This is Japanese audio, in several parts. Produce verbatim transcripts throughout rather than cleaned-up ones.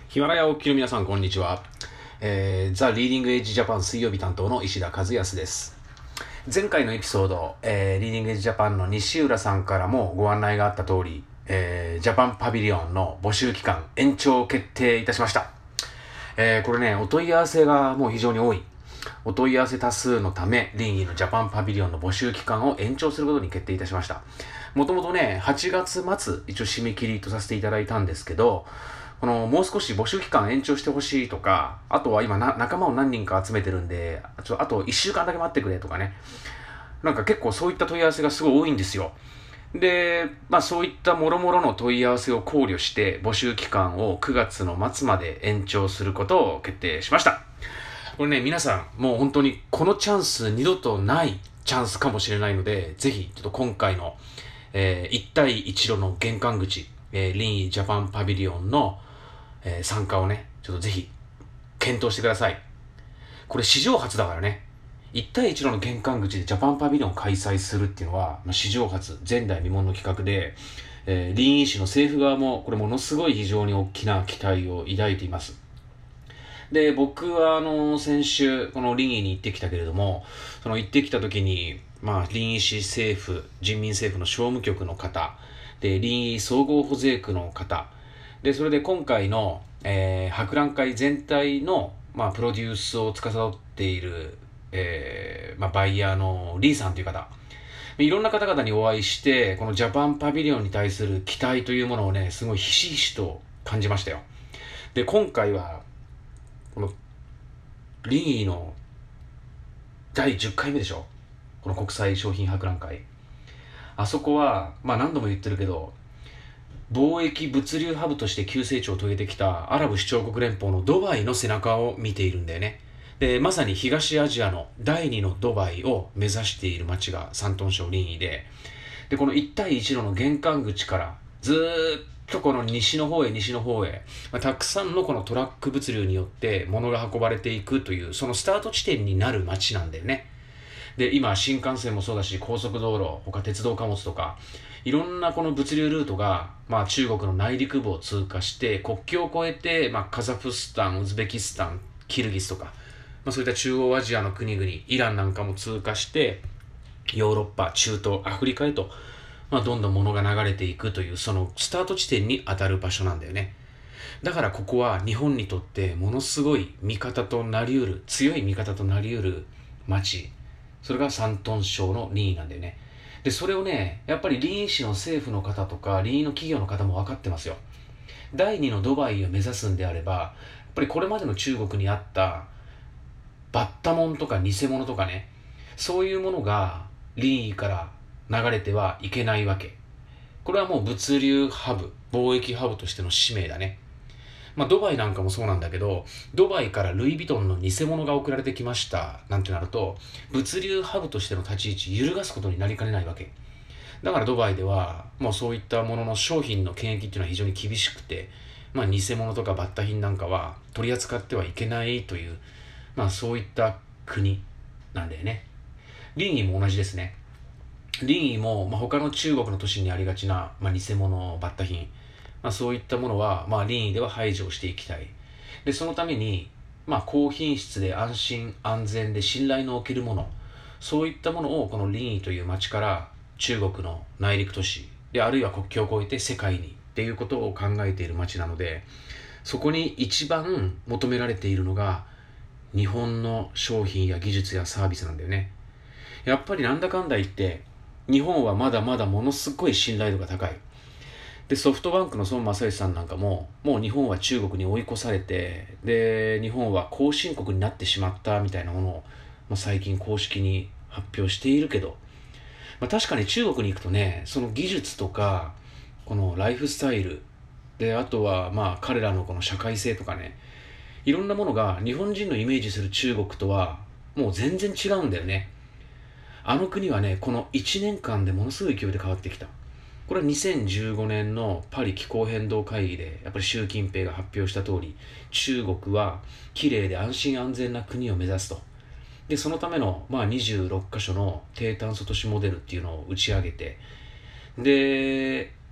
ヒマラヤお聞きの皆さん、こんにちは。えー、ザ・リーディング・エッジ・ジャパン水曜日担当の石田和康です。前回のエピソード、えー、リーディング・エッジ・ジャパンの西浦さんからもご案内があった通り、えー、ジャパンパビリオンの募集期間延長決定いたしました。えー、これね、お問い合わせがもう非常に多い。お問い合わせ多数のため、リンギのジャパンパビリオンの募集期間を延長することに決定いたしました。もともとね、はちがつ末、一応締め切りとさせていただいたんですけど、このもう少し募集期間延長してほしいとか、あとは今な仲間を何人か集めてるんで、ちょあといっしゅうかんだけ待ってくれとかね。なんか結構そういった問い合わせがすごい多いんですよ。で、まあそういった諸々の問い合わせを考慮して募集期間をくがつの末まで延長することを決定しました。これね、皆さんもう本当にこのチャンス二度とないチャンスかもしれないので、ぜひちょっと今回の、えー、一対一路の玄関口、えー、リンジャパンパビリオンのえー、参加をね、ちょっとぜひ検討してください。これ史上初だからね。一対一路の玄関口でジャパンパビリオンを開催するっていうのは、まあ、史上初、前代未聞の企画で、えー、林医師の政府側もこれものすごい非常に大きな期待を抱いています。で、僕はあの、先週、この林医に行ってきたけれども、その行ってきた時に、まあ、林医師政府、人民政府の商務局の方、で、林医総合保税区の方、で、それで今回の、えー、博覧会全体の、まあ、プロデュースを司っている、えーまあ、バイヤーのリーさんという方、いろんな方々にお会いして、このジャパンパビリオンに対する期待というものをね、すごいひしひしと感じましたよ。で、今回は、この、リーのだいじゅっかいめでしょ、この国際商品博覧会。あそこは、まあ何度も言ってるけど、貿易物流ハブとして急成長を遂げてきたアラブ首長国連邦のドバイの背中を見ているんだよね。で、まさに東アジアのだいにのドバイを目指している街が山東省臨沂で、で、この一帯一路の玄関口からずーっとこの西の方へ西の方へ、まあ、たくさんのこのトラック物流によって物が運ばれていくという、そのスタート地点になる街なんだよね。で、今新幹線もそうだし、高速道路、他鉄道貨物とか、いろんなこの物流ルートが、まあ、中国の内陸部を通過して国境を越えて、まあ、カザフスタン、ウズベキスタン、キルギスとか、まあ、そういった中央アジアの国々、イランなんかも通過してヨーロッパ、中東、アフリカへと、まあ、どんどん物が流れていくという、そのスタート地点に当たる場所なんだよね。だからここは日本にとってものすごい味方となりうる、強い味方となりうる町、それが山東省の林沂なんだよね。で、それをね、やっぱり林沂市の政府の方とか、林沂の企業の方も分かってますよ。だいにのドバイを目指すんであれば、やっぱりこれまでの中国にあったバッタモンとか偽物とかね、そういうものが林沂から流れてはいけないわけ。これはもう物流ハブ、貿易ハブとしての使命だね。まあ、ドバイなんかもそうなんだけど、ドバイからルイ・ヴィトンの偽物が送られてきましたなんてなると、物流ハブとしての立ち位置揺るがすことになりかねないわけだから。ドバイではもうそういったものの商品の検疫っていうのは非常に厳しくて、まあ、偽物とかバッタ品なんかは取り扱ってはいけないという、まあ、そういった国なんだよね。林沂も同じですね。林沂も、まあ、他の中国の都市にありがちな、まあ、偽物バッタ品、まあ、そういったものは、まあ、林沂では排除していきたい。で、そのために、まあ、高品質で安心安全で信頼のおけるもの、そういったものをこの林沂という町から中国の内陸都市で、あるいは国境を越えて世界にっていうことを考えている町なので、そこに一番求められているのが日本の商品や技術やサービスなんだよね。やっぱりなんだかんだ言って日本はまだまだものすごい信頼度が高い。で、ソフトバンクの孫正義さんなんかも、もう日本は中国に追い越されて、で、日本は後進国になってしまったみたいなものを、まあ、最近公式に発表しているけど、まあ、確かに中国に行くとね、その技術とか、このライフスタイル、で、あとはまあ彼らのこの社会性とかね、いろんなものが日本人のイメージする中国とはもう全然違うんだよね。あの国はね、このいちねんかんでものすごい勢いで変わってきた。これはにせんじゅうごねんのパリ気候変動会議でやっぱり習近平が発表した通り、中国は綺麗で安心安全な国を目指すと。で、そのための、まあ、にじゅうろっかしょの低炭素都市モデルっていうのを打ち上げて、で、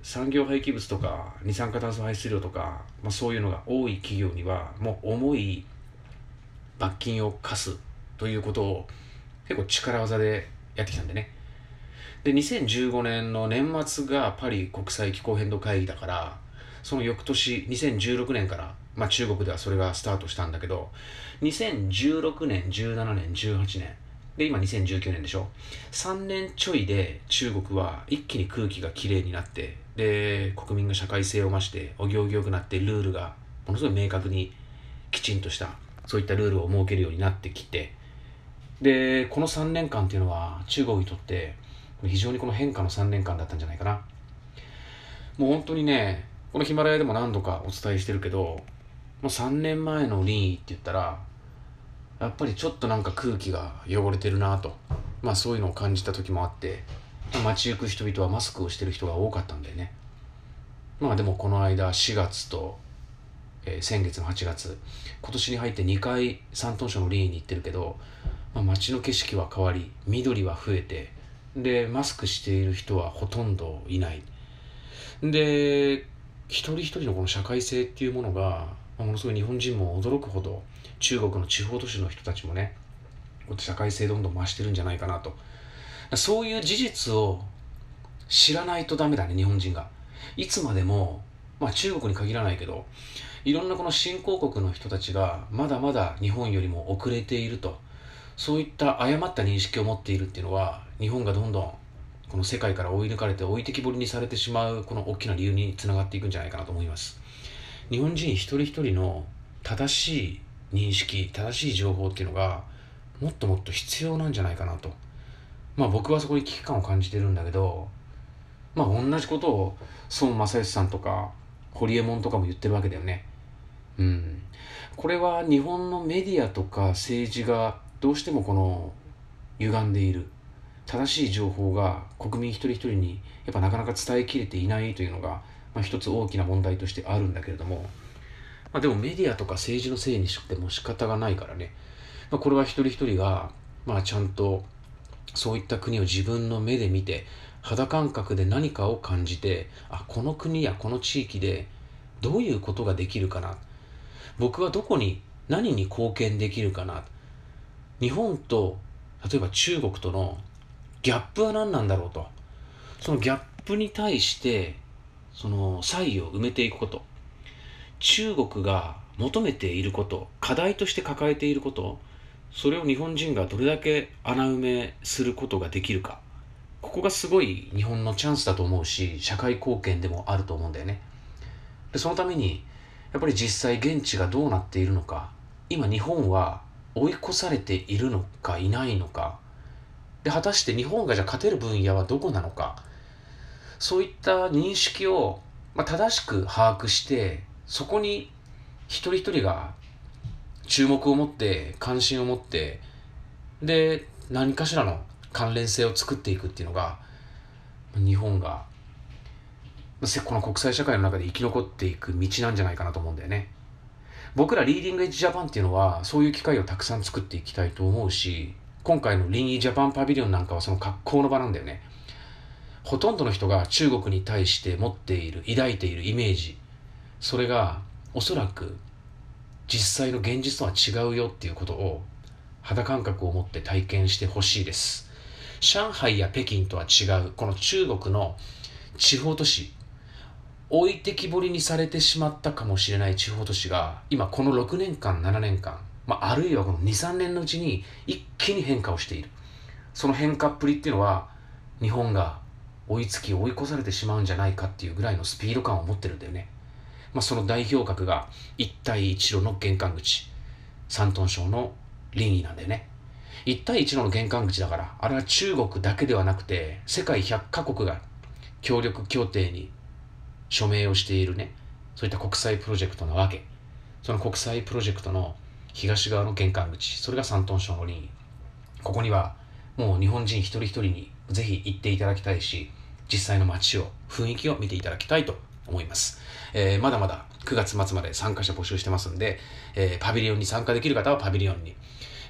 産業廃棄物とか二酸化炭素排出量とか、まあ、そういうのが多い企業にはもう重い罰金を課すということを結構力技でやってきたんでね。でにせんじゅうごねんの年末がパリ国際気候変動会議だから、その翌年にせんじゅうろくねんから、まあ、中国ではそれがスタートしたんだけど、にせんじゅうろくねんじゅうななねんじゅうはちねんで今にせんじゅうきゅうねんでしょ。さんねんちょいで中国は一気に空気がきれいになって、で国民が社会性を増してお行儀よくなって、ルールがものすごい明確にきちんとしたそういったルールを設けるようになってきて、でこのさんねんかんっていうのは中国にとって非常にこの変化のさんねんかんだったんじゃないかな。もう本当にね、このヒマラヤでも何度かお伝えしてるけど、もうさんねんまえの林医って言ったらやっぱりちょっとなんか空気が汚れてるなと、まあそういうのを感じた時もあって、街行く人々はマスクをしてる人が多かったんだよね。まあでもこの間しがつと、えー先月のはちがつ、今年に入ってにかい山東省の林医に行ってるけど、まあ、街の景色は変わり、緑は増えて、でマスクしている人はほとんどいない。で一人一人のこの社会性っていうものが、まあものすごい日本人も驚くほど、中国の地方都市の人たちもね、こうやって社会性どんどん増してるんじゃないかなと。そういう事実を知らないとダメだね、日本人が。いつまでも、まあ中国に限らないけど、いろんなこの新興国の人たちがまだまだ日本よりも遅れていると、そういった誤った認識を持っているっていうのは、日本がどんどんこの世界から追い抜かれて置いてきぼりにされてしまうこの大きな理由につながっていくんじゃないかなと思います。日本人一人一人の正しい認識、正しい情報っていうのがもっともっと必要なんじゃないかなと。まあ僕はそこに危機感を感じてるんだけど、まあ同じことを孫正義さんとかホリエモンとかも言ってるわけだよね。うん。これは日本のメディアとか政治がどうしてもこの歪んでいる、正しい情報が国民一人一人にやっぱなかなか伝えきれていないというのが、まあ、一つ大きな問題としてあるんだけれども、まあ、でもメディアとか政治のせいにしても仕方がないからね、まあ、これは一人一人が、まあ、ちゃんとそういった国を自分の目で見て、肌感覚で何かを感じて、あ、この国やこの地域でどういうことができるかな、僕はどこに何に貢献できるかな、日本と例えば中国とのギャップは何なんだろうと、そのギャップに対してその差異を埋めていくこと、中国が求めていること、課題として抱えていること、それを日本人がどれだけ穴埋めすることができるか、ここがすごい日本のチャンスだと思うし、社会貢献でもあると思うんだよね。でそのためにやっぱり実際現地がどうなっているのか、今日本は追い越されているのかいないのか、で果たして日本がじゃあ勝てる分野はどこなのか、そういった認識を、まあ、正しく把握して、そこに一人一人が注目を持って関心を持って、で何かしらの関連性を作っていくっていうのが、日本がこの国際社会の中で生き残っていく道なんじゃないかなと思うんだよね。僕らリーディングエッジジャパンっていうのはそういう機会をたくさん作っていきたいと思うし、今回のリンイージャパンパビリオンなんかはその格好の場なんだよね。ほとんどの人が中国に対して持っている、抱いているイメージ、それがおそらく実際の現実とは違うよっていうことを肌感覚を持って体験してほしいです。上海や北京とは違うこの中国の地方都市、置いてきぼりにされてしまったかもしれない地方都市が今このろくねんかんななねんかん、まあ、あるいはこの にさんねんのうちに一気に変化をしている。その変化っぷりっていうのは日本が追いつき追い越されてしまうんじゃないかっていうぐらいのスピード感を持ってるんだよね。まあ、その代表格が一帯一路の玄関口、山東省の林医なんだよね。一帯一路の玄関口だから、あれは中国だけではなくて世界ひゃっかこくが協力協定に署名をしているね、そういった国際プロジェクトなわけ。その国際プロジェクトの東側の玄関口、それが山東省の林医。ここにはもう日本人一人一人にぜひ行っていただきたいし、実際の街を、雰囲気を見ていただきたいと思います。えー、まだまだくがつまつまで参加者募集してますんで、えー、パビリオンに参加できる方はパビリオンに、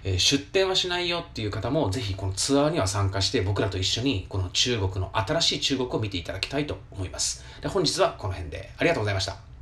えー出店はしないよっていう方もぜひこのツアーには参加して僕らと一緒にこの中国の新しい中国を見ていただきたいと思います。で、本日はこの辺でありがとうございました。